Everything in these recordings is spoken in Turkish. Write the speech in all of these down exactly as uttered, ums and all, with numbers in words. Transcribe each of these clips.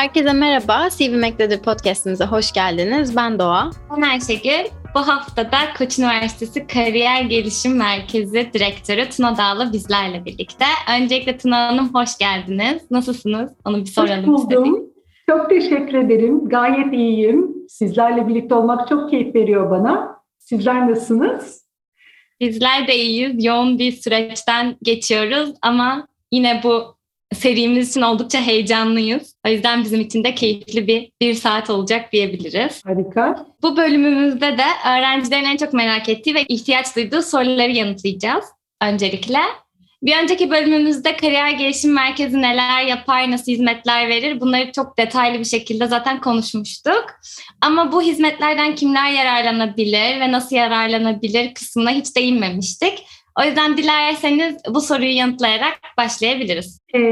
Herkese merhaba, C V Mac'tedir podcast'imize hoş geldiniz. Ben Doğa. Ben Ayşegül. Bu hafta da Koç Üniversitesi Kariyer Gelişim Merkezi Direktörü Tuna Dağlı bizlerle birlikte. Öncelikle Tuna Hanım hoş geldiniz. Nasılsınız? Onu bir soralım hoş buldum. istedik. Çok teşekkür ederim. Gayet iyiyim. Sizlerle birlikte olmak çok keyif veriyor bana. Sizler nasılsınız? Bizler de iyiyiz. Yoğun bir süreçten geçiyoruz ama yine bu serimiz için oldukça heyecanlıyız. O yüzden bizim için de keyifli bir bir saat olacak diyebiliriz. Harika. Bu bölümümüzde de öğrencilerin en çok merak ettiği ve ihtiyaç duyduğu soruları yanıtlayacağız öncelikle. Bir önceki bölümümüzde kariyer gelişim merkezi neler yapar, nasıl hizmetler verir bunları çok detaylı bir şekilde zaten konuşmuştuk. Ama bu hizmetlerden kimler yararlanabilir ve nasıl yararlanabilir kısmına hiç değinmemiştik. O yüzden dilerseniz bu soruyu yanıtlayarak başlayabiliriz. Ee,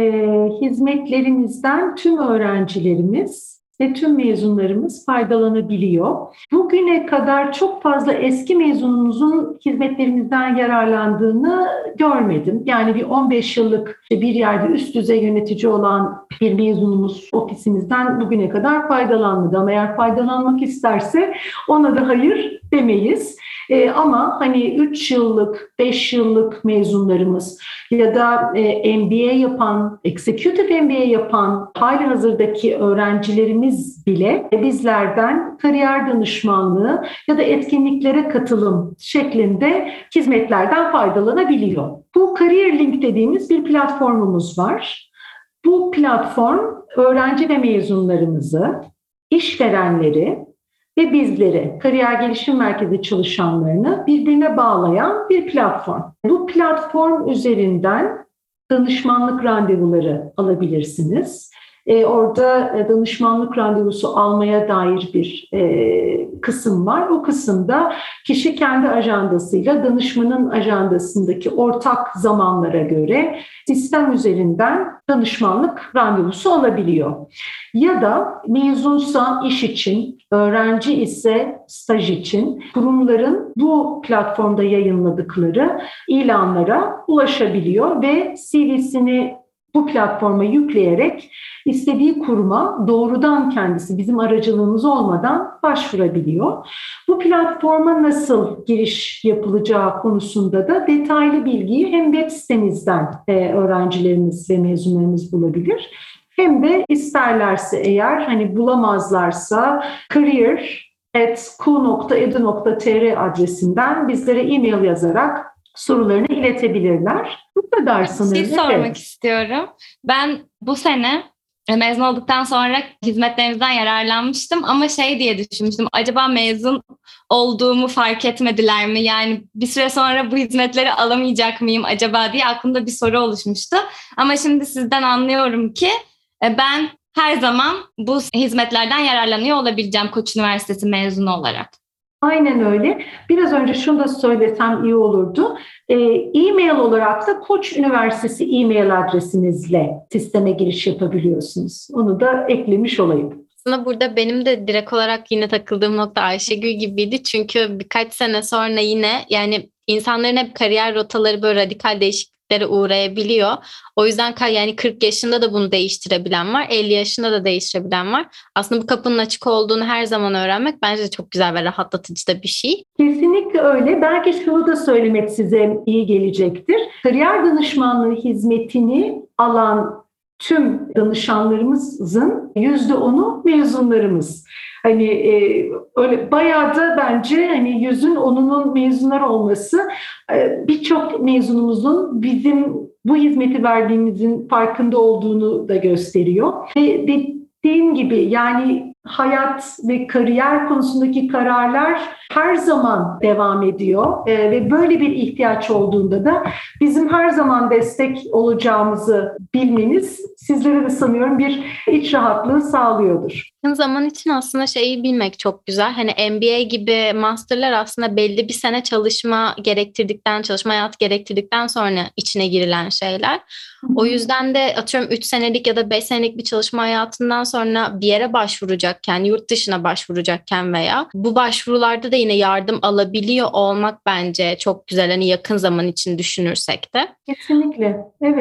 hizmetlerimizden tüm öğrencilerimiz ve tüm mezunlarımız faydalanabiliyor. Bugüne kadar çok fazla eski mezunumuzun hizmetlerimizden yararlandığını görmedim. Yani bir on beş yıllık bir yerde üst düzey yönetici olan bir mezunumuz ofisimizden bugüne kadar faydalanmadı. Ama eğer faydalanmak isterse ona da hayır demeyiz. Ee, ama hani üç yıllık, beş yıllık mezunlarımız ya da e, M B A yapan, Executive M B A yapan hali hazırdaki öğrencilerimiz bile bizlerden kariyer danışmanlığı ya da etkinliklere katılım şeklinde hizmetlerden faydalanabiliyor. Bu Career Link dediğimiz bir platformumuz var. Bu platform öğrenci ve mezunlarımızı, işverenleri ve bizleri, kariyer gelişim merkezi çalışanlarını birbirine bağlayan bir platform. Bu platform üzerinden danışmanlık randevuları alabilirsiniz. Ee, orada danışmanlık randevusu almaya dair bir e, kısım var. O kısımda kişi kendi ajandasıyla danışmanın ajandasındaki ortak zamanlara göre sistem üzerinden danışmanlık randevusu alabiliyor. Ya da mezunsa iş için, öğrenci ise staj için kurumların bu platformda yayınladıkları ilanlara ulaşabiliyor ve C V'sini bu platforma yükleyerek istediği kuruma doğrudan kendisi bizim aracılığımız olmadan başvurabiliyor. Bu platforma nasıl giriş yapılacağı konusunda da detaylı bilgiyi hem web sitemizden e, öğrencilerimiz ve mezunlarımız bulabilir. Hem de isterlerse eğer hani bulamazlarsa career at ku nokta edu nokta tr adresinden bizlere e-mail yazarak sorularını iletebilirler. Bu kadar sanırım. Bir şey sormak evet. istiyorum. Ben bu sene mezun olduktan sonra hizmetlerimizden yararlanmıştım ama şey diye düşünmüştüm. Acaba mezun olduğumu fark etmediler mi? Yani bir süre sonra bu hizmetleri alamayacak mıyım acaba diye aklımda bir soru oluşmuştu. Ama şimdi sizden anlıyorum ki ben her zaman bu hizmetlerden yararlanıyor olabileceğim Koç Üniversitesi mezunu olarak. Aynen öyle. Biraz önce şunu da söylesem iyi olurdu. Ee, e-mail olarak da Koç Üniversitesi e-mail adresinizle sisteme giriş yapabiliyorsunuz. Onu da eklemiş olayım. Aslında burada benim de direkt olarak yine takıldığım nokta Ayşegül gibiydi. Çünkü birkaç sene sonra yine yani insanların hep kariyer rotaları böyle radikal değişikliklere uğrayabiliyor. O yüzden yani kırk yaşında da bunu değiştirebilen var, elli yaşında da değiştirebilen var. Aslında bu kapının açık olduğunu her zaman öğrenmek bence de çok güzel ve rahatlatıcı da bir şey. Kesinlikle öyle. Belki şunu da söylemek size iyi gelecektir. Kariyer danışmanlığı hizmetini alan tüm danışanlarımızın yüzde onu mezunlarımız. Hani e, öyle bayağı da bence hani yüzün onunun mezunlar olması e, birçok mezunumuzun bizim bu hizmeti verdiğimizin farkında olduğunu da gösteriyor. Ve dediğim gibi yani hayat ve kariyer konusundaki kararlar her zaman devam ediyor ee, ve böyle bir ihtiyaç olduğunda da bizim her zaman destek olacağımızı bilmeniz sizlere de sanıyorum bir iç rahatlığı sağlıyordur. Yakın zaman için aslında şeyi bilmek çok güzel. Hani M B A gibi masterlar aslında belli bir sene çalışma gerektirdikten, çalışma hayatı gerektirdikten sonra içine girilen şeyler. O yüzden de atıyorum üç senelik ya da beş senelik bir çalışma hayatından sonra bir yere başvuracakken, yurt dışına başvuracakken veya bu başvurularda da yine yardım alabiliyor olmak bence çok güzel. Hani yakın zaman için düşünürsek de. Kesinlikle, evet.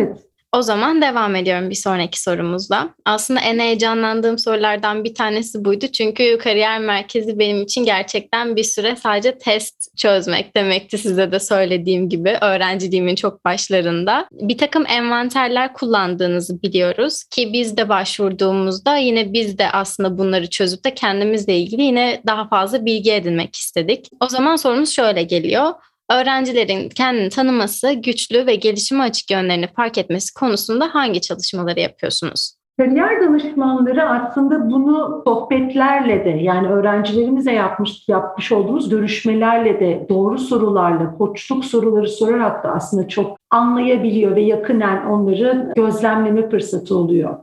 O zaman devam ediyorum bir sonraki sorumuzla. Aslında en heyecanlandığım sorulardan bir tanesi buydu. Çünkü kariyer merkezi benim için gerçekten bir süre sadece test çözmek demekti, size de söylediğim gibi öğrenciliğimin çok başlarında. Bir takım envanterler kullandığınızı biliyoruz ki biz de başvurduğumuzda yine biz de aslında bunları çözüp de kendimizle ilgili yine daha fazla bilgi edinmek istedik. O zaman sorumuz şöyle geliyor. Öğrencilerin kendini tanıması, güçlü ve gelişime açık yönlerini fark etmesi konusunda hangi çalışmaları yapıyorsunuz? Kariyer danışmanları aslında bunu sohbetlerle de, yani öğrencilerimizle yapmış, yapmış olduğumuz görüşmelerle de, doğru sorularla, koçluk soruları sorarak da aslında çok anlayabiliyor ve yakinen onları gözlemleme fırsatı oluyor.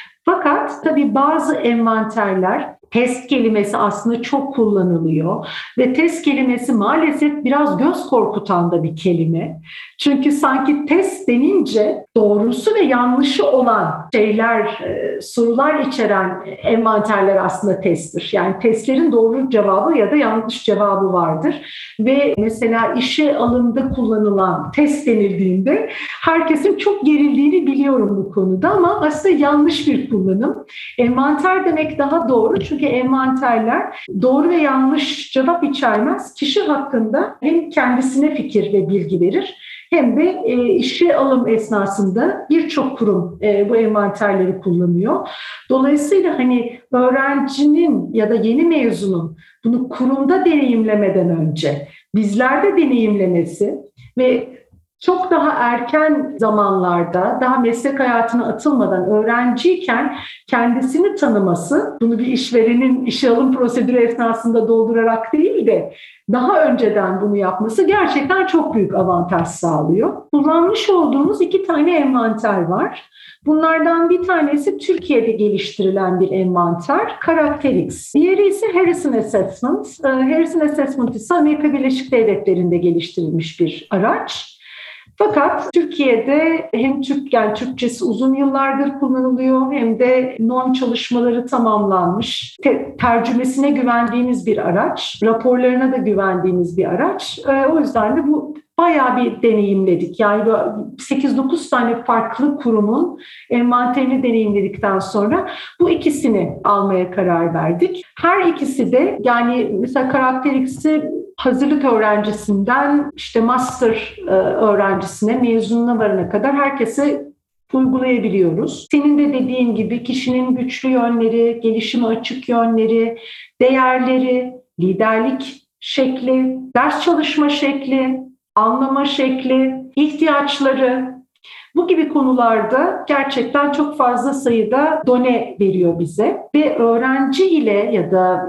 Fakat tabii bazı envanterler, test kelimesi aslında çok kullanılıyor ve test kelimesi maalesef biraz göz korkutan da bir kelime. Çünkü sanki test denince doğrusu ve yanlışı olan şeyler, sorular içeren envanterler aslında testtir. Yani testlerin doğru cevabı ya da yanlış cevabı vardır. Ve mesela işe alımda kullanılan test denildiğinde herkesin çok gerildiğini biliyorum bu konuda, ama aslında yanlış bir kullanım. Envanter demek daha doğru, çünkü envanterler doğru ve yanlış cevap içermez. Kişi hakkında hem kendisine fikir ve bilgi verir, hem de e, işe alım esnasında birçok kurum e, bu envanterleri kullanıyor. Dolayısıyla hani öğrencinin ya da yeni mezunun bunu kurumda deneyimlemeden önce bizlerde deneyimlemesi ve çok daha erken zamanlarda, daha meslek hayatına atılmadan öğrenciyken kendisini tanıması, bunu bir işverenin işe alım prosedürü esnasında doldurarak değil de daha önceden bunu yapması gerçekten çok büyük avantaj sağlıyor. Kullanmış olduğumuz iki tane envanter var. Bunlardan bir tanesi Türkiye'de geliştirilen bir envanter, Karakterix. Diğeri ise Harrison Assessment. Harrison Assessment ise Amerika Birleşik Devletleri'nde geliştirilmiş bir araç. Fakat Türkiye'de hem Türk, yani Türkçesi uzun yıllardır kullanılıyor, hem de norm çalışmaları tamamlanmış, te- tercümesine güvendiğimiz bir araç, raporlarına da güvendiğimiz bir araç. Ee, o yüzden de bu bayağı bir deneyimledik. Yani sekiz dokuz tane farklı kurumun envanterini deneyimledikten sonra bu ikisini almaya karar verdik. Her ikisi de, yani mesela Karakterix'i hazırlık öğrencisinden işte master öğrencisine, mezununa varana kadar herkese uygulayabiliyoruz. Senin de dediğin gibi kişinin güçlü yönleri, gelişime açık yönleri, değerleri, liderlik şekli, ders çalışma şekli, anlama şekli, ihtiyaçları, bu gibi konularda gerçekten çok fazla sayıda done veriyor bize ve öğrenci ile ya da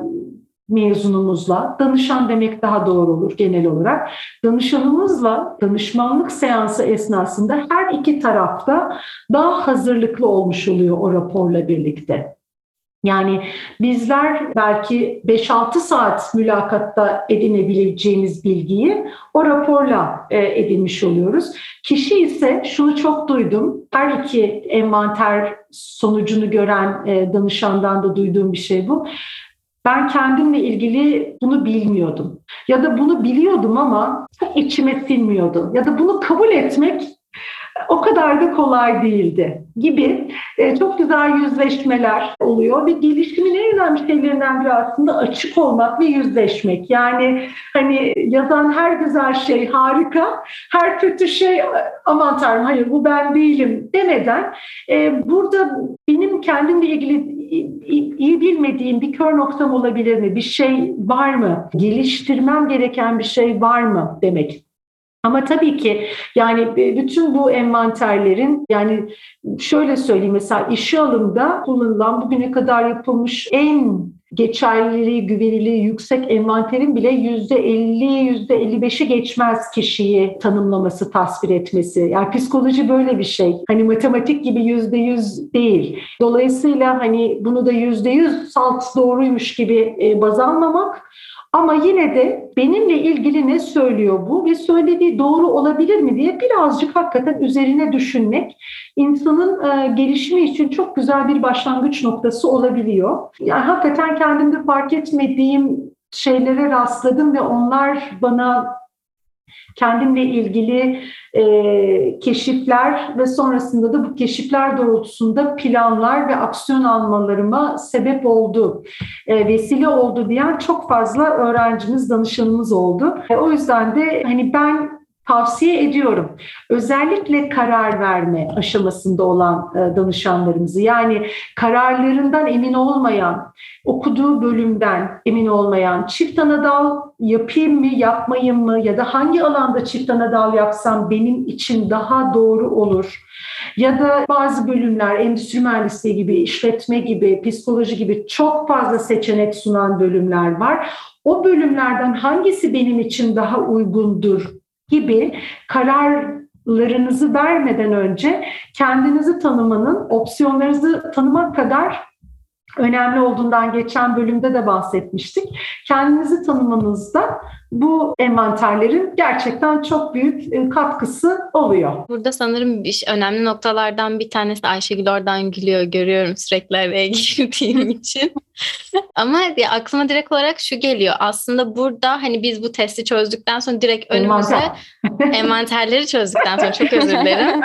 mezunumuzla, danışan demek daha doğru olur genel olarak, danışanımızla danışmanlık seansı esnasında her iki tarafta daha hazırlıklı olmuş oluyor o raporla birlikte. Yani bizler belki beş altı saat mülakatta edinebileceğimiz bilgiyi o raporla edinmiş oluyoruz. Kişi ise, şunu çok duydum, her iki envanter sonucunu gören danışandan da duyduğum bir şey bu. Ben kendimle ilgili bunu bilmiyordum. Ya da bunu biliyordum ama içime sinmiyordu. Ya da bunu kabul etmek o kadar da kolay değildi gibi e, çok güzel yüzleşmeler oluyor ve gelişimin en önemli şeylerinden biri aslında açık olmak ve yüzleşmek. Yani hani yazan her güzel şey harika, her kötü şey aman tanrım hayır bu ben değilim demeden e, burada benim kendimle ilgili iyi bilmediğim bir kör noktam olabilir mi? Bir şey var mı? Geliştirmem gereken bir şey var mı demek. Ama tabii ki yani bütün bu envanterlerin, yani şöyle söyleyeyim, mesela işe alımda kullanılan bugüne kadar yapılmış en geçerliliği, güvenilirliği yüksek envanterin bile yüzde elli, yüzde elli beşi geçmez kişiyi tanımlaması, tasvir etmesi. Yani psikoloji böyle bir şey. Hani matematik gibi yüzde yüz değil. Dolayısıyla hani bunu da yüzde yüz salt doğruymuş gibi baz almamak. Ama yine de benimle ilgili ne söylüyor bu ve söylediği doğru olabilir mi diye birazcık hakikaten üzerine düşünmek insanın e, gelişimi için çok güzel bir başlangıç noktası olabiliyor. Yani hakikaten kendimde fark etmediğim şeylere rastladım ve onlar bana kendimle ilgili e, keşifler ve sonrasında da bu keşifler doğrultusunda planlar ve aksiyon almalarıma sebep oldu, e, vesile oldu diyen çok fazla öğrencimiz, danışanımız oldu. E, o yüzden de hani ben tavsiye ediyorum. Özellikle karar verme aşamasında olan e, danışanlarımızı, yani kararlarından emin olmayan, okuduğu bölümden emin olmayan, çift anadal yapayım mı, yapmayayım mı ya da hangi alanda çift anadal yapsam benim için daha doğru olur. Ya da bazı bölümler, endüstri mühendisliği gibi, işletme gibi, psikoloji gibi çok fazla seçenek sunan bölümler var. O bölümlerden hangisi benim için daha uygundur gibi kararlarınızı vermeden önce kendinizi tanımanın, opsiyonlarınızı tanımak kadar önemli olduğundan geçen bölümde de bahsetmiştik. Kendinizi tanımanızda bu envanterlerin gerçekten çok büyük katkısı oluyor. Burada sanırım bir, önemli noktalardan bir tanesi, Ayşegül oradan gülüyor, görüyorum sürekli araya girdiğim için. Ama ya, aklıma direkt olarak şu geliyor. Aslında burada hani biz bu testi çözdükten sonra direkt önümüze envanterleri çözdükten sonra, çok özür dilerim.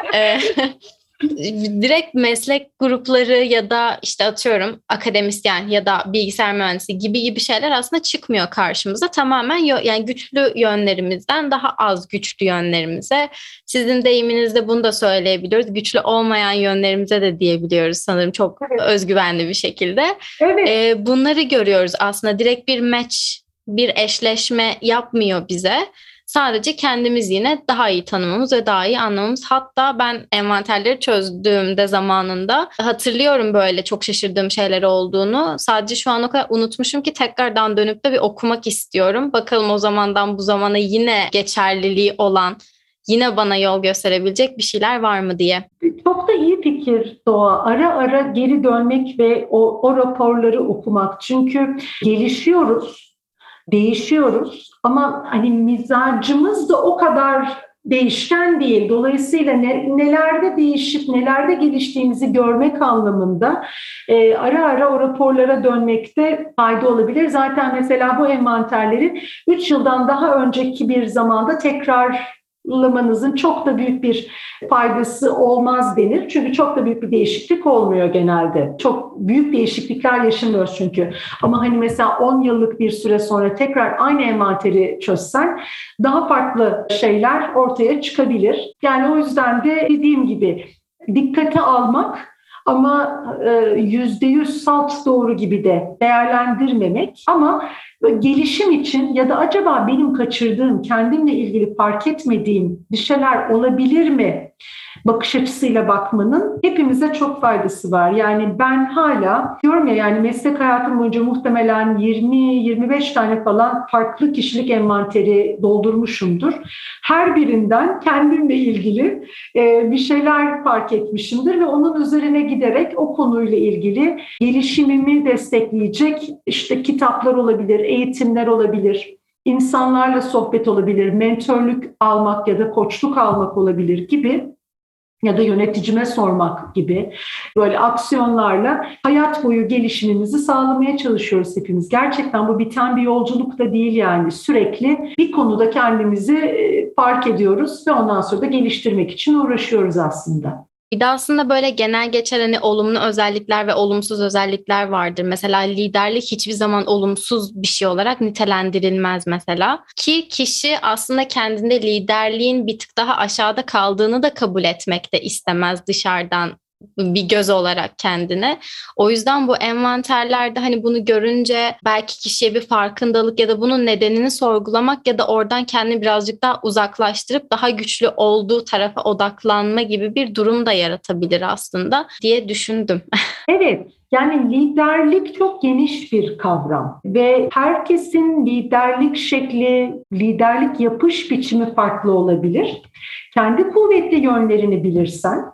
Direkt meslek grupları ya da işte atıyorum akademisyen ya da bilgisayar mühendisi gibi gibi şeyler aslında çıkmıyor karşımıza. Tamamen yani güçlü yönlerimizden daha az güçlü yönlerimize, sizin deyiminizde bunu da söyleyebiliyoruz, güçlü olmayan yönlerimize de diyebiliyoruz sanırım, çok evet, özgüvenli bir şekilde. Evet. Ee, bunları görüyoruz aslında, direkt bir match, bir eşleşme yapmıyor bize. Sadece kendimiz yine daha iyi tanımamız ve daha iyi anlamamız. Hatta ben envanterleri çözdüğümde zamanında hatırlıyorum böyle çok şaşırdığım şeyler olduğunu. Sadece şu an o kadar unutmuşum ki tekrardan dönüp de bir okumak istiyorum. Bakalım o zamandan bu zamana yine geçerliliği olan, yine bana yol gösterebilecek bir şeyler var mı diye. Çok da iyi fikir Doğa. Ara ara geri dönmek ve o, o raporları okumak. Çünkü gelişiyoruz, değişiyoruz. Ama hani mizacımız da o kadar değişken değil. Dolayısıyla ne, nelerde değişip nelerde geliştiğimizi görmek anlamında e, ara ara o raporlara dönmekte fayda olabilir. Zaten mesela bu envanterlerin üç yıldan daha önceki bir zamanda tekrar lamanızın çok da büyük bir faydası olmaz denir. Çünkü çok da büyük bir değişiklik olmuyor genelde. Çok büyük değişiklikler yaşamıyoruz çünkü. Ama hani mesela on yıllık bir süre sonra tekrar aynı envanteri çözsen daha farklı şeyler ortaya çıkabilir. Yani o yüzden de dediğim gibi dikkate almak ama yüzde yüz salt doğru gibi de değerlendirmemek, ama gelişim için ya da acaba benim kaçırdığım, kendimle ilgili fark etmediğim bir şeyler olabilir mi bakış açısıyla bakmanın hepimize çok faydası var. Yani ben hala diyorum ya, yani meslek hayatım boyunca muhtemelen yirmi yirmi beş tane falan farklı kişilik envanteri doldurmuşumdur. Her birinden kendimle ilgili bir şeyler fark etmişimdir ve onun üzerine giderek o konuyla ilgili gelişimimi destekleyecek işte kitaplar olabilir, eğitimler olabilir, insanlarla sohbet olabilir, mentörlük almak ya da koçluk almak olabilir gibi, ya da yöneticime sormak gibi böyle aksiyonlarla hayat boyu gelişimimizi sağlamaya çalışıyoruz hepimiz. Gerçekten bu biten bir yolculuk da değil yani. Sürekli bir konuda kendimizi fark ediyoruz ve ondan sonra da geliştirmek için uğraşıyoruz aslında. Bir de aslında böyle genel geçer hani olumlu özellikler ve olumsuz özellikler vardır. Mesela liderlik hiçbir zaman olumsuz bir şey olarak nitelendirilmez mesela. Ki kişi aslında kendinde liderliğin bir tık daha aşağıda kaldığını da kabul etmek de istemez dışarıdan bir göz olarak kendine. O yüzden bu envanterlerde hani bunu görünce belki kişiye bir farkındalık ya da bunun nedenini sorgulamak ya da oradan kendini birazcık daha uzaklaştırıp daha güçlü olduğu tarafa odaklanma gibi bir durum da yaratabilir aslında diye düşündüm. Evet. Yani liderlik çok geniş bir kavram ve herkesin liderlik şekli, liderlik yapış biçimi farklı olabilir. Kendi kuvvetli yönlerini bilirsen,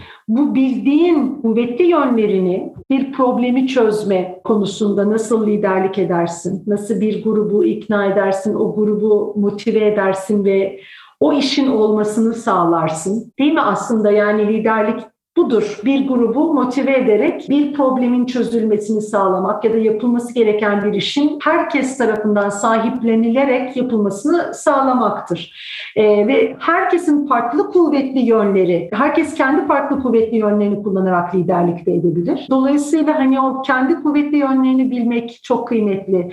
bu bildiğin kuvvetli yönlerini bir problemi çözme konusunda nasıl liderlik edersin, nasıl bir grubu ikna edersin, o grubu motive edersin ve o işin olmasını sağlarsın. Değil mi aslında, yani liderlik budur. Bir grubu motive ederek bir problemin çözülmesini sağlamak ya da yapılması gereken bir işin herkes tarafından sahiplenilerek yapılmasını sağlamaktır. Ee, ve herkesin farklı kuvvetli yönleri, herkes kendi farklı kuvvetli yönlerini kullanarak liderlik de edebilir. Dolayısıyla hani o kendi kuvvetli yönlerini bilmek çok kıymetli.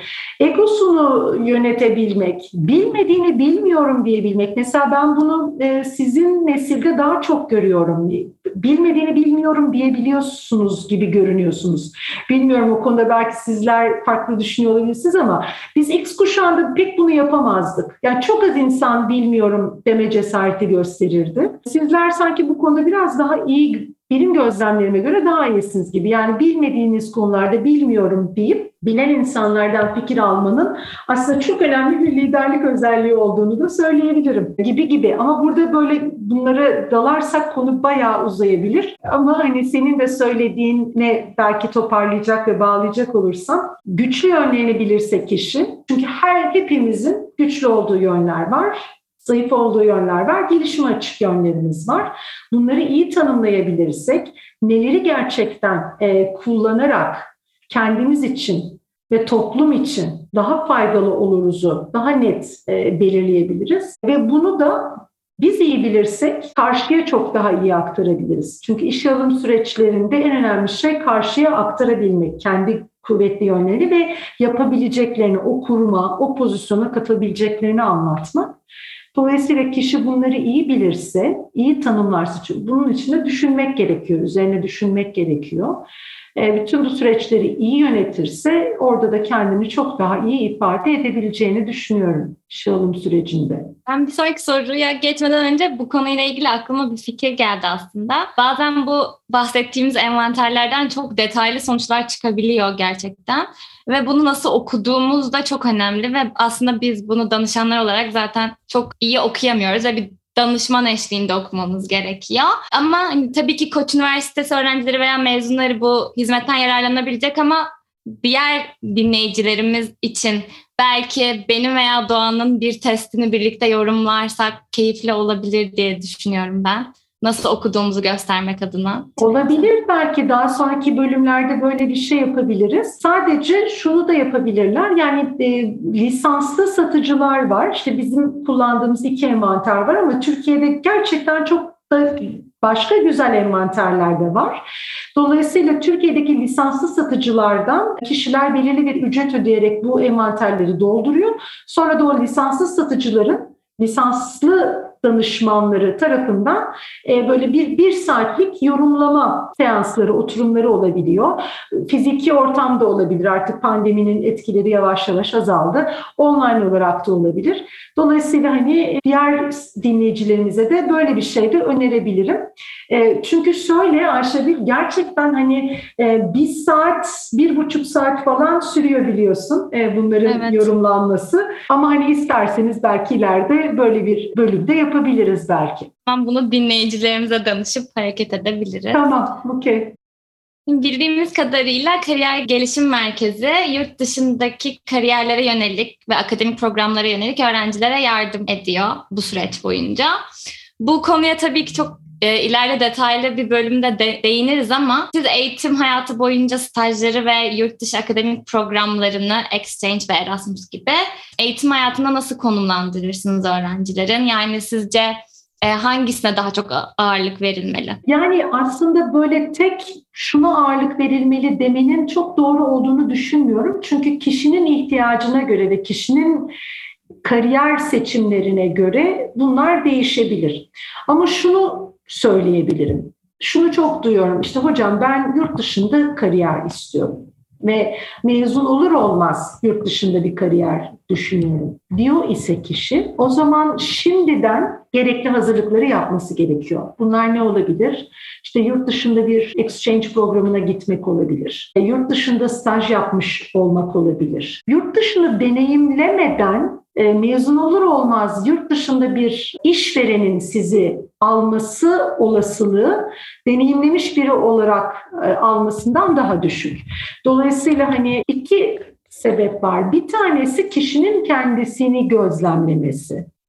Egosunu yönetebilmek, bilmediğini bilmiyorum diyebilmek. Mesela ben bunu e, sizin nesilde daha çok görüyorum. Bilmediğini bilmiyorum diyebiliyorsunuz gibi görünüyorsunuz. Bilmiyorum, o konuda belki sizler farklı düşünüyor olabilirsiniz ama biz X kuşağında pek bunu yapamazdık. Yani çok az insan bilmiyorum deme cesareti gösterirdi. Sizler sanki bu konuda biraz daha iyi, benim gözlemlerime göre daha iyisiniz gibi. Yani bilmediğiniz konularda bilmiyorum deyip bilen insanlardan fikir almanın aslında çok önemli bir liderlik özelliği olduğunu da söyleyebilirim gibi gibi. Ama burada böyle bunlara dalarsak konu bayağı uzayabilir. Ama hani senin de söylediğine belki toparlayacak ve bağlayacak olursam, güçlü yönlerini bilirse kişi, çünkü her hepimizin güçlü olduğu yönler var. Zayıf olduğu yönler var, gelişime açık yönlerimiz var. Bunları iyi tanımlayabilirsek, neleri gerçekten e, kullanarak kendimiz için ve toplum için daha faydalı oluruzu daha net e, belirleyebiliriz. Ve bunu da biz iyi bilirsek karşıya çok daha iyi aktarabiliriz. Çünkü iş alım süreçlerinde en önemli şey karşıya aktarabilmek, kendi kuvvetli yönleri ve yapabileceklerini, o kuruma, o pozisyona katabileceklerini anlatmak. Dolayısıyla kişi bunları iyi bilirse, iyi tanımlarsa, çünkü bunun için de düşünmek gerekiyor, üzerine düşünmek gerekiyor. E, bütün bu süreçleri iyi yönetirse orada da kendini çok daha iyi ifade edebileceğini düşünüyorum işe alım sürecinde. Ben bir sonraki soruya geçmeden önce bu konuyla ilgili aklıma bir fikir geldi aslında. Bazen bu bahsettiğimiz envanterlerden çok detaylı sonuçlar çıkabiliyor gerçekten. Ve bunu nasıl okuduğumuz da çok önemli ve aslında biz bunu danışanlar olarak zaten çok iyi okuyamıyoruz ve bir danışman eşliğinde okumamız gerekiyor. Ama hani, tabii ki Koç Üniversitesi öğrencileri veya mezunları bu hizmetten yararlanabilecek ama diğer dinleyicilerimiz için belki benim veya Doğan'ın bir testini birlikte yorumlarsak keyifli olabilir diye düşünüyorum ben. Nasıl okuduğumuzu göstermek adına. Olabilir, belki daha sonraki bölümlerde böyle bir şey yapabiliriz. Sadece şunu da yapabilirler. Yani e, lisanslı satıcılar var. İşte bizim kullandığımız iki envanter var ama Türkiye'de gerçekten çok da başka güzel envanterler de var. Dolayısıyla Türkiye'deki lisanslı satıcılardan kişiler belirli bir ücret ödeyerek bu envanterleri dolduruyor. Sonra da o lisanslı satıcıların lisanslı danışmanları tarafından e, böyle bir, bir saatlik yorumlama seansları, oturumları olabiliyor. Fiziki ortamda olabilir. Artık pandeminin etkileri yavaş yavaş azaldı. Online olarak da olabilir. Dolayısıyla hani diğer dinleyicilerimize de böyle bir şey de önerebilirim. E, çünkü şöyle Ayşegül, gerçekten hani e, bir saat, bir buçuk saat falan sürüyor biliyorsun e, bunların Evet. yorumlanması. Ama hani isterseniz belki ileride böyle bir bölümde yapabiliriz belki. Tamam, bunu dinleyicilerimize danışıp hareket edebiliriz. Tamam, okey. Bildiğimiz kadarıyla Kariyer Gelişim Merkezi yurt dışındaki kariyerlere yönelik ve akademik programlara yönelik öğrencilere yardım ediyor bu süreç boyunca. Bu konuya tabii ki çok e, ileride detaylı bir bölümde de değiniriz ama siz eğitim hayatı boyunca stajları ve yurt dışı akademik programlarını, Exchange ve Erasmus gibi eğitim hayatında nasıl konumlandırırsınız öğrencilerin? Yani sizce e, hangisine daha çok ağırlık verilmeli? Yani aslında böyle tek şuna ağırlık verilmeli demenin çok doğru olduğunu düşünmüyorum. Çünkü kişinin ihtiyacına göre ve kişinin kariyer seçimlerine göre bunlar değişebilir. Ama şunu söyleyebilirim. Şunu çok duyuyorum. İşte hocam ben yurt dışında kariyer istiyorum ve mezun olur olmaz yurt dışında bir kariyer düşünüyorum diyor ise kişi, o zaman şimdiden gerekli hazırlıkları yapması gerekiyor. Bunlar ne olabilir? İşte yurt dışında bir exchange programına gitmek olabilir. Yurt dışında staj yapmış olmak olabilir. Yurt dışını deneyimlemeden e, mezun olur olmaz yurt dışında bir işverenin sizi alması olasılığı deneyimlemiş biri olarak e, almasından daha düşük. Dolayısıyla hani iki sebep var. Bir tanesi kişinin kendisini gözlemlemesi.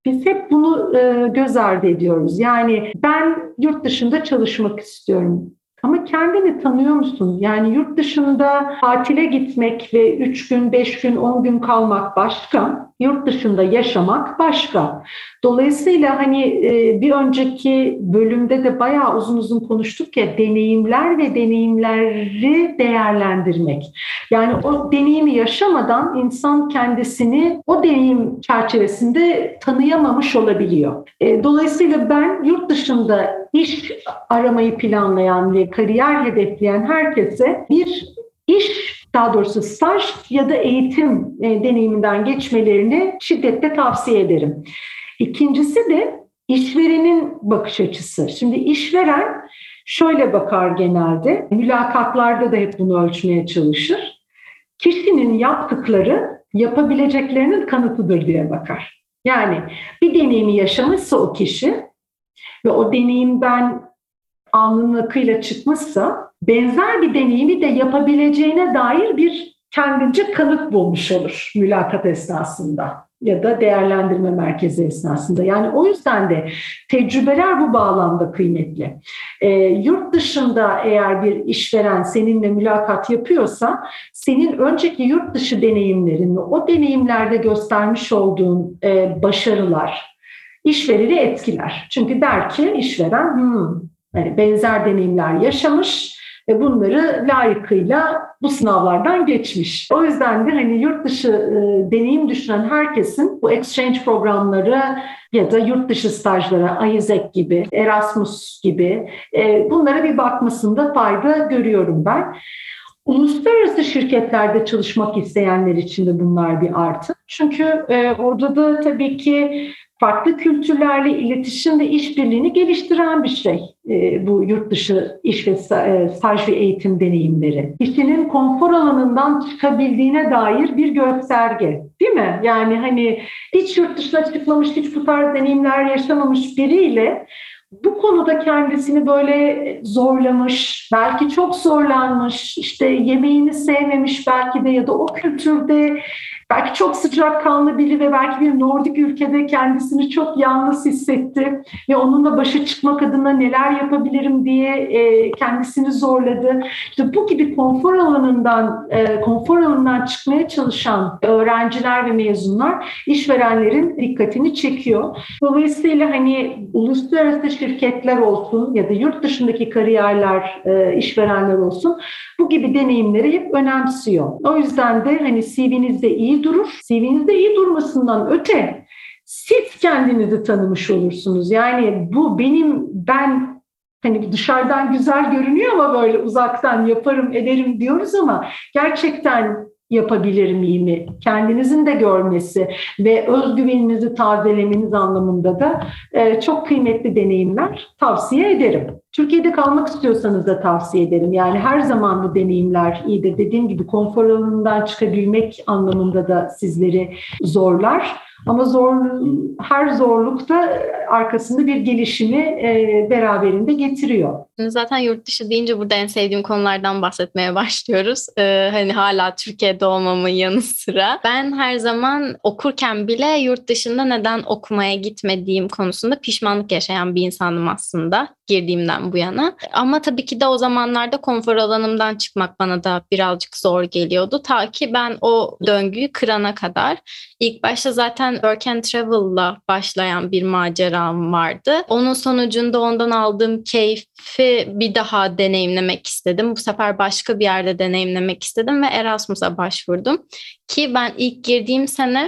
Biz hep bunu e, göz ardı ediyoruz. Yani ben yurt dışında çalışmak istiyorum. Ama kendini tanıyor musun? Yani yurt dışında tatile gitmek ve üç gün, beş gün, on gün kalmak başka. Yurt dışında yaşamak başka. Dolayısıyla hani e, bir önceki bölümde de bayağı uzun uzun konuştuk ya, deneyimler ve deneyimleri değerlendirmek. Yani o deneyimi yaşamadan insan kendisini o deneyim çerçevesinde tanıyamamış olabiliyor. E, dolayısıyla ben yurt dışında iş aramayı planlayan ve kariyer hedefleyen herkese bir iş, daha doğrusu staj ya da eğitim e, deneyiminden geçmelerini şiddetle tavsiye ederim. İkincisi de işverenin bakış açısı. Şimdi işveren şöyle bakar genelde, mülakatlarda da hep bunu ölçmeye çalışır. Kişinin yaptıkları yapabileceklerinin kanıtıdır diye bakar. Yani bir deneyimi yaşamışsa o kişi ve o deneyimden alnının akıyla çıkmışsa benzer bir deneyimi de yapabileceğine dair bir kendince kanıt bulmuş olur mülakat esnasında ya da değerlendirme merkezi esnasında. Yani o yüzden de tecrübeler bu bağlamda kıymetli. E, yurt dışında eğer bir işveren seninle mülakat yapıyorsa senin önceki yurt dışı deneyimlerin ve o deneyimlerde göstermiş olduğun e, başarılar işvereni etkiler. Çünkü der ki işveren hmm, yani benzer deneyimler yaşamış ve bunları layıkıyla bu sınavlardan geçmiş. O yüzden de hani yurt dışı e, deneyim düşünen herkesin bu exchange programları ya da yurt dışı stajlara, Isaac gibi, Erasmus gibi e, bunlara bir bakmasında fayda görüyorum ben. Uluslararası şirketlerde çalışmak isteyenler için de bunlar bir artı. Çünkü e, orada da tabii ki farklı kültürlerle iletişim ve işbirliğini geliştiren bir şey e, bu yurt dışı iş ve e, staj ve eğitim deneyimleri. Kişinin konfor alanından çıkabildiğine dair bir gösterge, değil mi? Yani hani hiç yurt dışına çıkmamış, hiç bu tarz deneyimler yaşamamış biriyle bu konuda kendisini böyle zorlamış, belki çok zorlanmış, işte yemeğini sevmemiş belki de ya da o kültürde belki çok sıcakkanlı biri ve belki bir Nordik ülkede kendisini çok yalnız hissetti ve onunla başa çıkmak adına neler yapabilirim diye e, kendisini zorladı. İşte bu gibi konfor alanından e, konfor alanından çıkmaya çalışan öğrenciler ve mezunlar işverenlerin dikkatini çekiyor. Dolayısıyla hani uluslararası şirketler olsun ya da yurt dışındaki kariyerler, e, işverenler olsun bu gibi deneyimleri hep önemsiyor. O yüzden de hani C V'nizde iyi durur. C V'nizde iyi durmasından öte siz kendinizi tanımış olursunuz. Yani bu benim, ben hani dışarıdan güzel görünüyor ama böyle uzaktan yaparım ederim diyoruz ama gerçekten yapabilir miyim? Kendinizin de görmesi ve özgüveninizi tazelemeniz anlamında da e, çok kıymetli deneyimler tavsiye ederim. Türkiye'de kalmak istiyorsanız da tavsiye ederim. Yani her zaman bu deneyimler iyidir. Dediğim gibi konfor alanından çıkabilmek anlamında da sizleri zorlar. Ama zor, her zorluk da arkasında bir gelişimi e, beraberinde getiriyor. Zaten yurt dışı deyince burada en sevdiğim konulardan bahsetmeye başlıyoruz. Ee, hani hala Türkiye'de olmamın yanı sıra. Ben her zaman okurken bile yurt dışında neden okumaya gitmediğim konusunda pişmanlık yaşayan bir insanım aslında girdiğimden bu yana. Ama tabii ki de o zamanlarda konfor alanımdan çıkmak bana da birazcık zor geliyordu. Ta ki ben o döngüyü kırana kadar. İlk başta zaten Work and Travel'la başlayan bir maceram vardı. Onun sonucunda ondan aldığım keyfi bir daha deneyimlemek istedim. Bu sefer başka bir yerde deneyimlemek istedim ve Erasmus'a başvurdum. Ki ben ilk girdiğim sene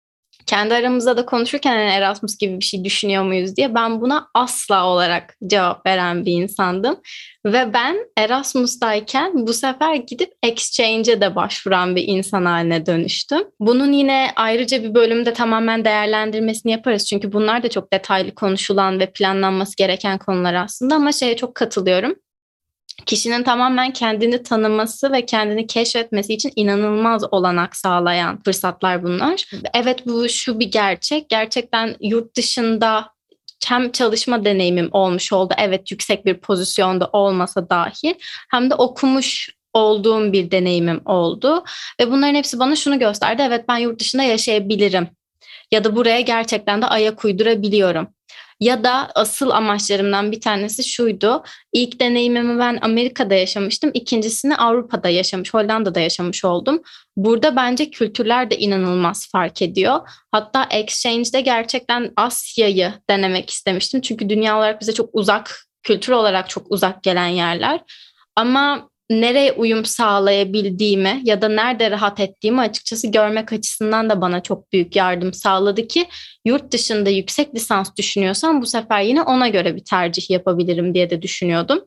kendi aramızda da konuşurken yani Erasmus gibi bir şey düşünüyor muyuz diye ben buna asla olarak cevap veren bir insandım. Ve ben Erasmus'tayken bu sefer gidip exchange'e de başvuran bir insan haline dönüştüm. Bunun yine ayrıca bir bölümde tamamen değerlendirmesini yaparız. Çünkü bunlar da çok detaylı konuşulan ve planlanması gereken konular aslında ama şeye çok katılıyorum. Kişinin tamamen kendini tanıması ve kendini keşfetmesi için inanılmaz olanak sağlayan fırsatlar bunlar. Evet, bu şu bir gerçek. Gerçekten yurt dışında hem çalışma deneyimim olmuş oldu. Evet, yüksek bir pozisyonda olmasa dahi hem de okumuş olduğum bir deneyimim oldu. Ve bunların hepsi bana şunu gösterdi. Evet, ben yurt dışında yaşayabilirim. Ya da buraya gerçekten de ayak uydurabiliyorum. Ya da asıl amaçlarımdan bir tanesi şuydu. İlk deneyimimi ben Amerika'da yaşamıştım. İkincisini Avrupa'da yaşamış, Hollanda'da yaşamış oldum. Burada bence kültürler de inanılmaz fark ediyor. Hatta exchange'de gerçekten Asya'yı denemek istemiştim. Çünkü dünya olarak bize çok uzak, kültür olarak çok uzak gelen yerler. Ama nereye uyum sağlayabildiğimi ya da nerede rahat ettiğimi açıkçası görmek açısından da bana çok büyük yardım sağladı ki yurt dışında yüksek lisans düşünüyorsam bu sefer yine ona göre bir tercih yapabilirim diye de düşünüyordum.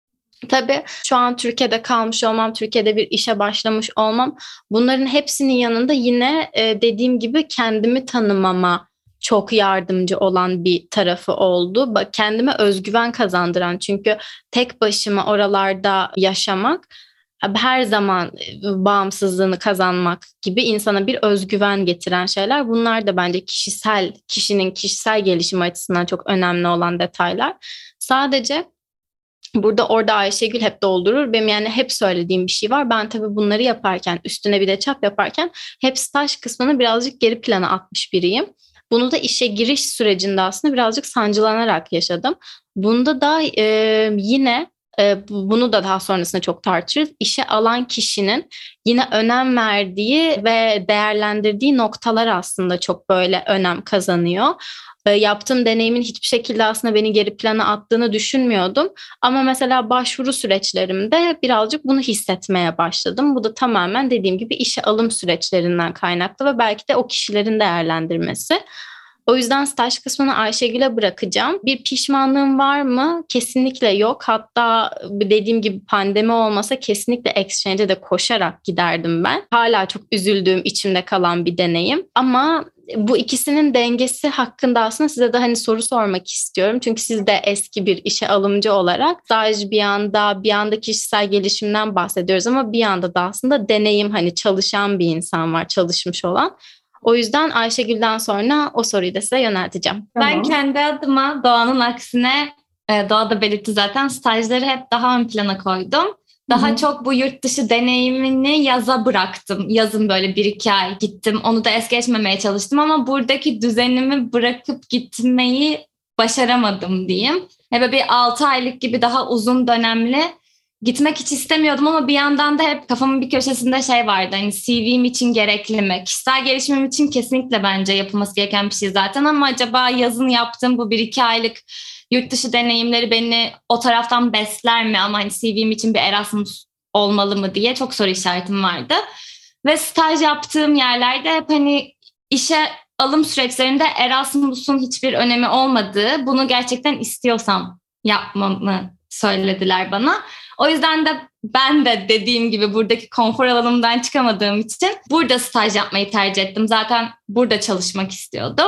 Tabii şu an Türkiye'de kalmış olmam, Türkiye'de bir işe başlamış olmam, bunların hepsinin yanında yine e, dediğim gibi kendimi tanımama çok yardımcı olan bir tarafı oldu. Kendime özgüven kazandıran, çünkü tek başıma oralarda yaşamak her zaman bağımsızlığını kazanmak gibi insana bir özgüven getiren şeyler. Bunlar da bence kişisel, kişinin kişisel gelişimi açısından çok önemli olan detaylar. Sadece burada orada Ayşegül hep doldurur. Benim yani hep söylediğim bir şey var. Ben tabii bunları yaparken, üstüne bir de çap yaparken hep staj kısmını birazcık geri plana atmış biriyim. Bunu da işe giriş sürecinde aslında birazcık sancılanarak yaşadım. Bunda da e, yine e, bunu da daha sonrasında çok tartışırız. İşe alan kişinin yine önem verdiği ve değerlendirdiği noktalar aslında çok böyle önem kazanıyor. E, yaptığım deneyimin hiçbir şekilde aslında beni geri plana attığını düşünmüyordum. Ama mesela başvuru süreçlerimde birazcık bunu hissetmeye başladım. Bu da tamamen dediğim gibi işe alım süreçlerinden kaynaklı ve belki de o kişilerin değerlendirmesi. O yüzden staj kısmını Ayşegül'e bırakacağım. Bir pişmanlığım var mı? Kesinlikle yok. Hatta dediğim gibi pandemi olmasa kesinlikle exchange'e de koşarak giderdim ben. Hala çok üzüldüğüm, içimde kalan bir deneyim. Ama bu ikisinin dengesi hakkında aslında size de hani soru sormak istiyorum. Çünkü siz de eski bir işe alımcı olarak staj bir yanda, bir yanda kişisel gelişimden bahsediyoruz ama bir yanda da aslında deneyim, hani çalışan bir insan var, çalışmış olan. O yüzden Ayşegül'den sonra o soruyu da size yönelteceğim. Ben Tamam. kendi adıma Doğan'ın aksine, e, Doğa da belirtti zaten, stajları hep daha ön plana koydum. Daha Hı-hı. çok bu yurt dışı deneyimini yaza bıraktım. Yazın böyle bir iki ay gittim. Onu da es geçmemeye çalıştım ama buradaki düzenimi bırakıp gitmeyi başaramadım diyeyim. Böyle bir altı aylık gibi daha uzun dönemli gitmek hiç istemiyordum ama bir yandan da hep kafamın bir köşesinde şey vardı. Hani C V'm için gerekli mi? Kişisel gelişimim için kesinlikle bence yapılması gereken bir şey zaten ama acaba yazın yaptığım bu bir iki aylık yurt dışı deneyimleri beni o taraftan besler mi? Ama hani C V'm için bir Erasmus olmalı mı diye çok soru işaretim vardı. Ve staj yaptığım yerlerde hep hani işe alım süreçlerinde Erasmus'un hiçbir önemi olmadığı, bunu gerçekten istiyorsam yapmamı söylediler bana. O yüzden de ben de dediğim gibi buradaki konfor alanımdan çıkamadığım için burada staj yapmayı tercih ettim. Zaten burada çalışmak istiyordum.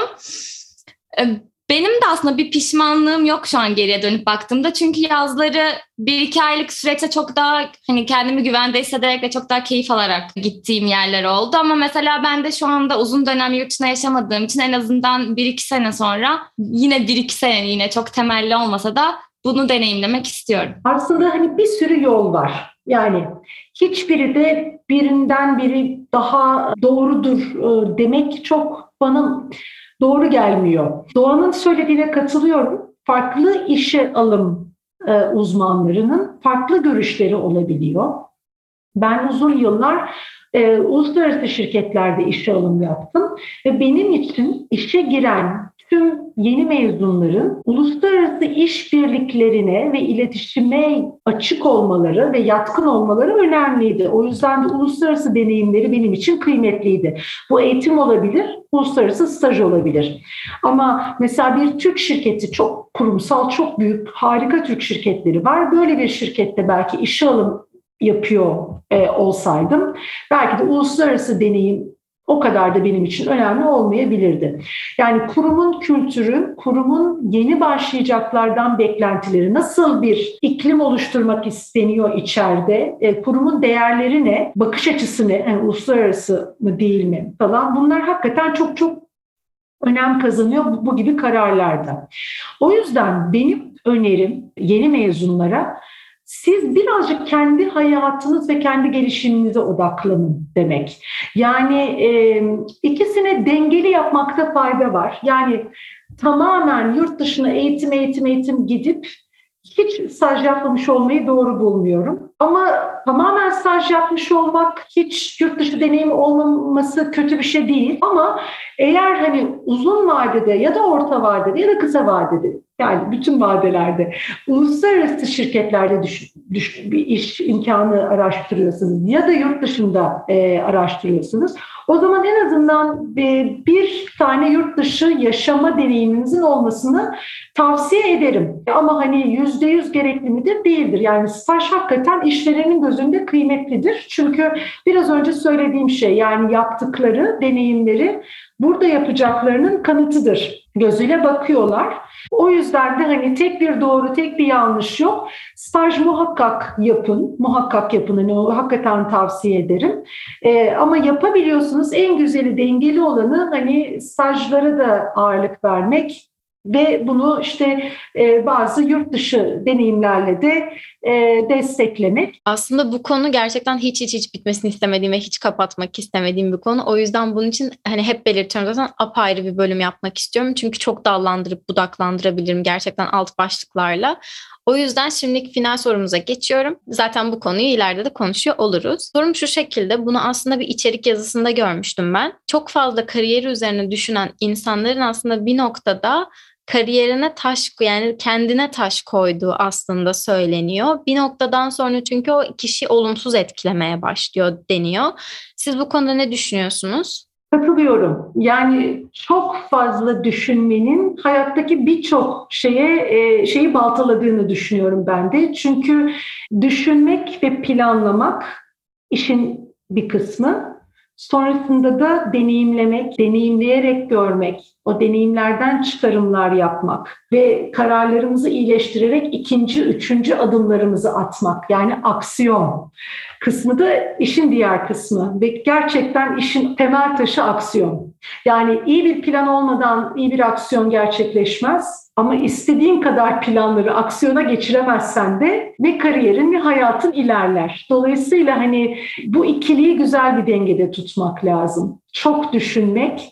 Benim de aslında bir pişmanlığım yok şu an geriye dönüp baktığımda. Çünkü yazları bir iki aylık süreçte çok daha hani kendimi güvende hissederek ve çok daha keyif alarak gittiğim yerler oldu. Ama mesela ben de şu anda uzun dönem yurt dışında yaşamadığım için en azından bir iki sene sonra yine bir iki sene yine çok temelli olmasa da bunu deneyimlemek istiyorum. Aslında hani bir sürü yol var. Yani hiçbiri de birinden biri daha doğrudur demek çok bana doğru gelmiyor. Doğan'ın söylediğine katılıyorum. Farklı işe alım uzmanlarının farklı görüşleri olabiliyor. Ben uzun yıllar e, uluslararası şirketlerde işe alım yaptım ve benim için işe giren tüm yeni mezunların uluslararası işbirliklerine ve iletişime açık olmaları ve yatkın olmaları önemliydi. O yüzden de uluslararası deneyimleri benim için kıymetliydi. Bu eğitim olabilir, uluslararası staj olabilir. Ama mesela bir Türk şirketi, çok kurumsal, çok büyük, harika Türk şirketleri var. Böyle bir şirkette belki işe alım yapıyor e, olsaydım belki de uluslararası deneyim o kadar da benim için önemli olmayabilirdi. Yani kurumun kültürü, kurumun yeni başlayacaklardan beklentileri, nasıl bir iklim oluşturmak isteniyor içeride, e, kurumun değerleri ne, bakış açısı ne, yani uluslararası mı değil mi falan, bunlar hakikaten çok çok önem kazanıyor bu, bu gibi kararlarda. O yüzden benim önerim yeni mezunlara Siz birazcık kendi hayatınız ve kendi gelişiminize odaklanın demek. Yani e, ikisini dengeli yapmakta fayda var. Yani tamamen yurt dışına eğitim eğitim eğitim gidip hiç staj yapmamış olmayı doğru bulmuyorum. Ama tamamen staj yapmış olmak, hiç yurt dışı deneyimi olmaması kötü bir şey değil. Ama eğer hani uzun vadede ya da orta vadede ya da kısa vadede, yani bütün vadelerde uluslararası şirketlerde düş, düş, bir iş imkanı araştırıyorsunuz ya da yurt dışında e, araştırıyorsunuz. O zaman en azından e, bir tane yurt dışı yaşama deneyiminizin olmasını tavsiye ederim. Ama hani yüzde yüz gerekli midir? Değildir. Yani staj hakikaten işverenin gözünde kıymetlidir. Çünkü biraz önce söylediğim şey, yani yaptıkları deneyimleri burada yapacaklarının kanıtıdır. Gözüyle bakıyorlar. O yüzden de hani tek bir doğru, tek bir yanlış yok. Staj muhakkak yapın, muhakkak yapın. Hani o hakikaten tavsiye ederim. Ee, ama yapabiliyorsunuz. En güzeli, dengeli olanı hani stajlara da ağırlık vermek ve bunu işte e, bazı yurt dışı deneyimlerle de e, desteklemek. Aslında bu konu gerçekten hiç hiç hiç bitmesini istemediğim ve hiç kapatmak istemediğim bir konu. O yüzden bunun için hani hep belirtiyorum, zaten apayrı bir bölüm yapmak istiyorum. Çünkü çok dallandırıp budaklandırabilirim gerçekten alt başlıklarla. O yüzden şimdilik final sorumuza geçiyorum. Zaten bu konuyu ileride de konuşuyor oluruz. Sorum şu şekilde, bunu aslında bir içerik yazısında görmüştüm ben. Çok fazla kariyeri üzerine düşünen insanların aslında bir noktada kariyerine taş, yani kendine taş koyduğu aslında söyleniyor. Bir noktadan sonra çünkü o kişi olumsuz etkilemeye başlıyor deniyor. Siz bu konuda ne düşünüyorsunuz? Katılıyorum. Yani çok fazla düşünmenin hayattaki birçok şeye e, şeyi baltaladığını düşünüyorum ben de. Çünkü düşünmek ve planlamak işin bir kısmı. Sonrasında da deneyimlemek, deneyimleyerek görmek, o deneyimlerden çıkarımlar yapmak ve kararlarımızı iyileştirerek ikinci, üçüncü adımlarımızı atmak. Yani aksiyon kısmı da işin diğer kısmı ve gerçekten işin temel taşı aksiyon. Yani iyi bir plan olmadan iyi bir aksiyon gerçekleşmez. Ama istediğin kadar planları aksiyona geçiremezsen de ne kariyerin ne hayatın ilerler. Dolayısıyla hani bu ikiliyi güzel bir dengede tutmak lazım. Çok düşünmek,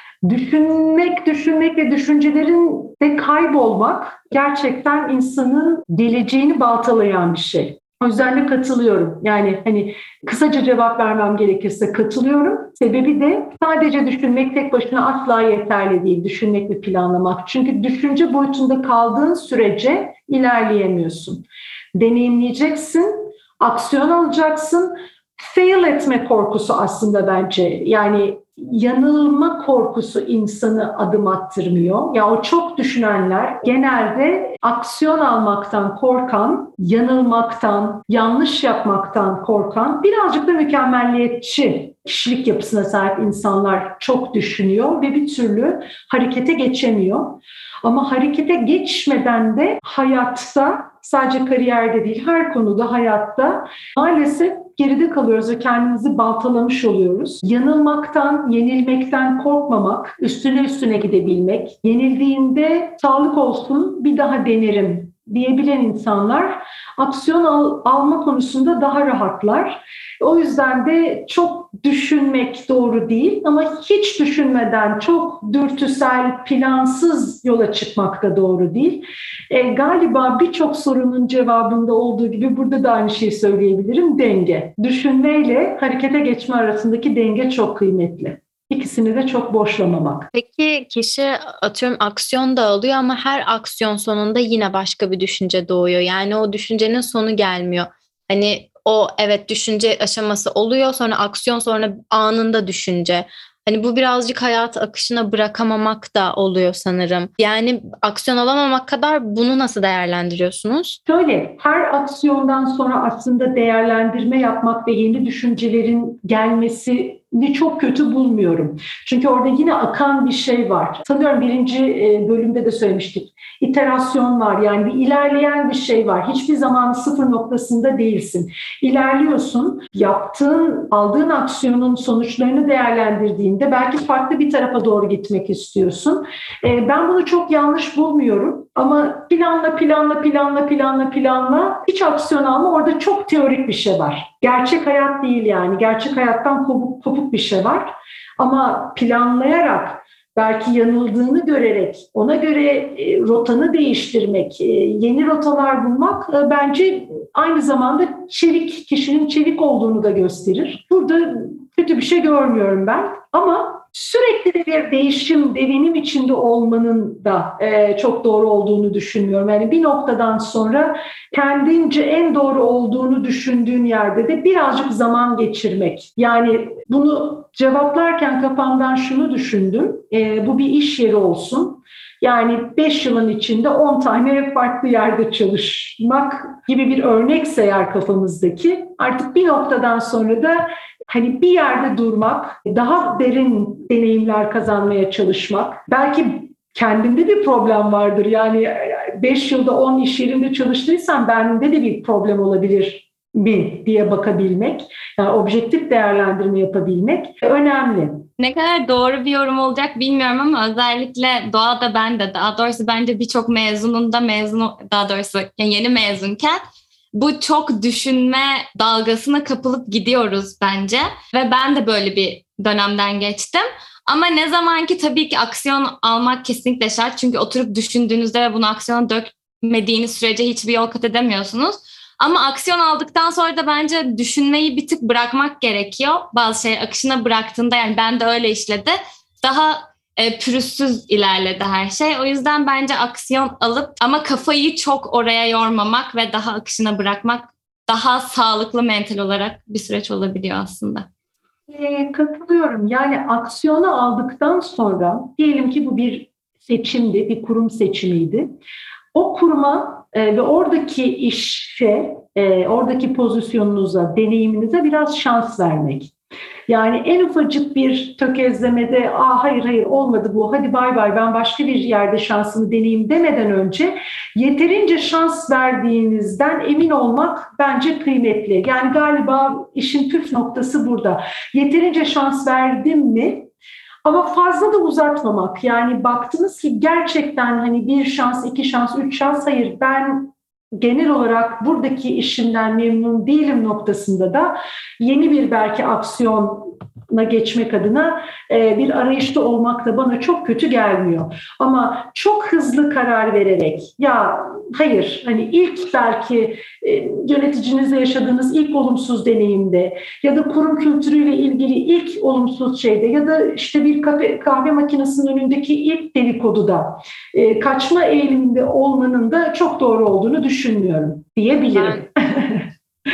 düşünmek, düşünmek ve düşüncelerin de kaybolmak gerçekten insanın geleceğini baltalayan bir şey. O yüzden de katılıyorum. Yani hani kısaca cevap vermem gerekirse katılıyorum. Sebebi de sadece düşünmek tek başına asla yeterli değil. Düşünmek ve planlamak. Çünkü düşünce boyutunda kaldığın sürece ilerleyemiyorsun. Deneyimleyeceksin, aksiyon alacaksın. Fail etme korkusu aslında bence. Yani yanılma korkusu insanı adım attırmıyor. Ya o çok düşünenler genelde aksiyon almaktan korkan, yanılmaktan, yanlış yapmaktan korkan, birazcık da mükemmelliyetçi kişilik yapısına sahip insanlar çok düşünüyor ve bir türlü harekete geçemiyor. Ama harekete geçmeden de hayatta, sadece kariyerde değil her konuda hayatta maalesef geride kalıyoruz ve kendimizi baltalamış oluyoruz. Yanılmaktan, yenilmekten korkmamak, üstüne üstüne gidebilmek, yenildiğinde sağlık olsun bir daha denerim diyebilen insanlar aksiyon al, alma konusunda daha rahatlar. O yüzden de çok düşünmek doğru değil ama hiç düşünmeden çok dürtüsel, plansız yola çıkmak da doğru değil. E, galiba birçok sorunun cevabında olduğu gibi burada da aynı şeyi söyleyebilirim. Denge. Düşünmeyle harekete geçme arasındaki denge çok kıymetli. İkisini de çok boşlamamak. Peki kişi atıyorum aksiyon da alıyor ama her aksiyon sonunda yine başka bir düşünce doğuyor. Yani o düşüncenin sonu gelmiyor. Hani o evet düşünce aşaması oluyor, sonra aksiyon, sonra anında düşünce. Hani bu birazcık hayat akışına bırakamamak da oluyor sanırım. Yani aksiyon alamamak kadar bunu nasıl değerlendiriyorsunuz? Şöyle, her aksiyondan sonra aslında değerlendirme yapmak ve yeni düşüncelerin gelmesi ni çok kötü bulmuyorum. Çünkü orada yine akan bir şey var. Sanıyorum birinci bölümde de söylemiştik. İterasyon var, yani bir ilerleyen bir şey var. Hiçbir zaman sıfır noktasında değilsin. İlerliyorsun, yaptığın, aldığın aksiyonun sonuçlarını değerlendirdiğinde belki farklı bir tarafa doğru gitmek istiyorsun. Ben bunu çok yanlış bulmuyorum ama planla, planla, planla, planla, planla hiç aksiyon alma, orada çok teorik bir şey var. Gerçek hayat değil yani. Gerçek hayattan kopuk, kopuk bir şey var. Ama planlayarak, belki yanıldığını görerek, ona göre e, rotanı değiştirmek, e, yeni rotalar bulmak e, bence aynı zamanda çevik, kişinin çevik olduğunu da gösterir. Burada kötü bir şey görmüyorum ben. Ama sürekli bir değişim, devinim içinde olmanın da e, çok doğru olduğunu düşünmüyorum. Yani bir noktadan sonra kendince en doğru olduğunu düşündüğün yerde de birazcık zaman geçirmek. Yani bunu cevaplarken kafamdan şunu düşündüm. E, bu bir iş yeri olsun. Yani beş yılın içinde on tane farklı yerde çalışmak gibi bir örnekse eğer kafamızdaki, artık bir noktadan sonra da hani bir yerde durmak, daha derin deneyimler kazanmaya çalışmak. Belki kendimde bir problem vardır. Yani beş yılda on iş yerinde çalıştıysam bende de bir problem olabilir mi diye bakabilmek, yani objektif değerlendirme yapabilmek önemli. Ne kadar doğru bir yorum olacak bilmiyorum ama özellikle doğada ben de, daha doğrusu bence birçok mezunun da mezun, daha doğrusu yani yeni mezunken bu çok düşünme dalgasına kapılıp gidiyoruz bence. Ve ben de böyle bir dönemden geçtim. Ama ne zaman ki tabii ki aksiyon almak kesinlikle şart. Çünkü oturup düşündüğünüzde ve bunu aksiyona dökmediğiniz sürece hiçbir yol kat edemiyorsunuz. Ama aksiyon aldıktan sonra da bence düşünmeyi bir tık bırakmak gerekiyor. Bazı şeyleri akışına bıraktığında, yani ben de öyle işledi, daha e, pürüzsüz ilerledi her şey. O yüzden bence aksiyon alıp ama kafayı çok oraya yormamak ve daha akışına bırakmak daha sağlıklı mental olarak bir süreç olabiliyor aslında. E, katılıyorum. Yani aksiyonu aldıktan sonra, diyelim ki bu bir seçimdi, bir kurum seçimiydi. O kuruma e, ve oradaki işe, e, oradaki pozisyonunuza, deneyiminize biraz şans vermek. Yani en ufacık bir tökezlemede, aa hayır hayır olmadı bu, hadi bay bay ben başka bir yerde şansımı deneyeyim demeden önce yeterince şans verdiğinizden emin olmak bence kıymetli. Yani galiba işin püf noktası burada. Yeterince şans verdim mi? Ama fazla da uzatmamak. Yani baktınız ki gerçekten hani bir şans, iki şans, üç şans, hayır ben genel olarak buradaki işimden memnun değilim noktasında da yeni bir belki aksiyona geçmek adına bir arayışta olmak da bana çok kötü gelmiyor. Ama çok hızlı karar vererek, ya hayır hani ilk belki yöneticinizle yaşadığınız ilk olumsuz deneyimde ya da kurum kültürüyle ilgili ilk olumsuz şeyde ya da işte bir kahve, kahve makinesinin önündeki ilk dedikoduda e, kaçma eğiliminde olmanın da çok doğru olduğunu düşünmüyorum diyebilirim. Ben,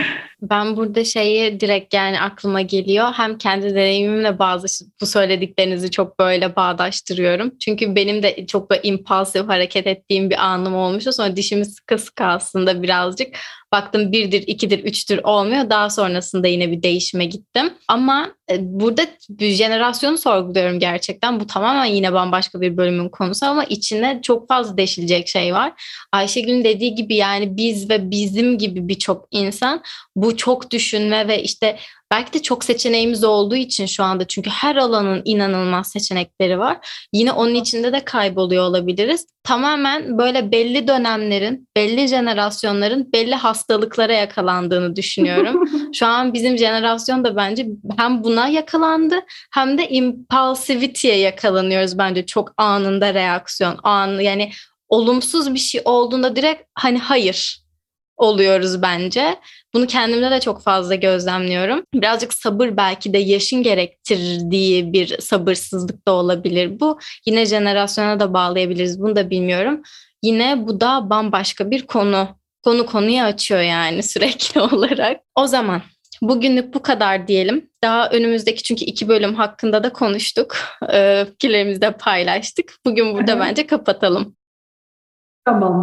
ben burada şeyi direkt yani aklıma geliyor. Hem kendi deneyimimle bazı bu söylediklerinizi çok böyle bağdaştırıyorum. Çünkü benim de çok böyle impulsif hareket ettiğim bir anım olmuştu. Sonra dişimi sıkı sıkı aslında birazcık baktım birdir, ikidir, üçtür olmuyor. Daha sonrasında yine bir değişime gittim. Ama burada bir jenerasyonu sorguluyorum gerçekten. Bu tamamen yine bambaşka bir bölümün konusu ama içinde çok fazla deşilecek şey var. Ayşegül'ün dediği gibi yani biz ve bizim gibi birçok insan bu çok düşünme ve işte belki de çok seçeneğimiz olduğu için şu anda, çünkü her alanın inanılmaz seçenekleri var. Yine onun içinde de kayboluyor olabiliriz. Tamamen böyle belli dönemlerin, belli jenerasyonların belli hastalıklara yakalandığını düşünüyorum. Şu an bizim jenerasyon da bence hem buna yakalandı hem de impulsivity'ye yakalanıyoruz bence. Çok anında reaksiyon, anı yani olumsuz bir şey olduğunda direkt hani hayır oluyoruz bence. Bunu kendimde de çok fazla gözlemliyorum. Birazcık sabır belki de yaşın gerektirdiği bir sabırsızlık da olabilir bu. Yine jenerasyona da bağlayabiliriz. Bunu da bilmiyorum. Yine bu da bambaşka bir konu. Konu konuyu açıyor yani sürekli olarak. O zaman bugünlük bu kadar diyelim. Daha önümüzdeki çünkü iki bölüm hakkında da konuştuk. Fikirlerimizi de paylaştık. Bugün burada bence kapatalım. Tamamdır.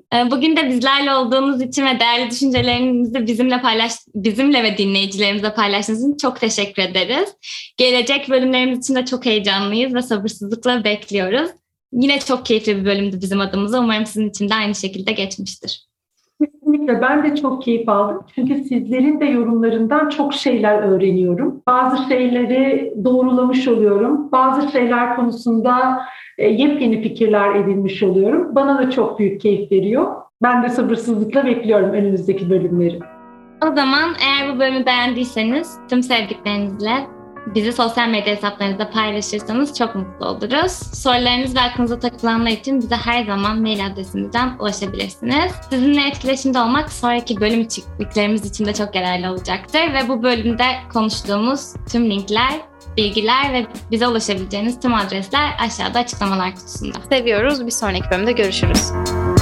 Bugün de bizlerle olduğunuz için ve değerli düşüncelerinizi bizimle paylaş, bizimle ve dinleyicilerimizle paylaştığınız için çok teşekkür ederiz. Gelecek bölümlerimiz için de çok heyecanlıyız ve sabırsızlıkla bekliyoruz. Yine çok keyifli bir bölümdü bizim adımıza. Umarım sizin için de aynı şekilde geçmiştir. Kesinlikle ben de çok keyif aldım. Çünkü sizlerin de yorumlarından çok şeyler öğreniyorum. Bazı şeyleri doğrulamış oluyorum. Bazı şeyler konusunda yepyeni fikirler edinmiş oluyorum. Bana da çok büyük keyif veriyor. Ben de sabırsızlıkla bekliyorum önümüzdeki bölümleri. O zaman eğer bu bölümü beğendiyseniz tüm sevdiklerinizle bizi sosyal medya hesaplarınızda paylaşırsanız çok mutlu oluruz. Sorularınız ve aklınıza takılanlar için bize her zaman mail adresimizden ulaşabilirsiniz. Sizinle etkileşimde olmak sonraki bölüm içeriklerimiz için de çok yararlı olacaktır ve bu bölümde konuştuğumuz tüm linkler, bilgiler ve bize ulaşabileceğiniz tüm adresler aşağıda açıklamalar kutusunda. Seviyoruz. Bir sonraki bölümde görüşürüz.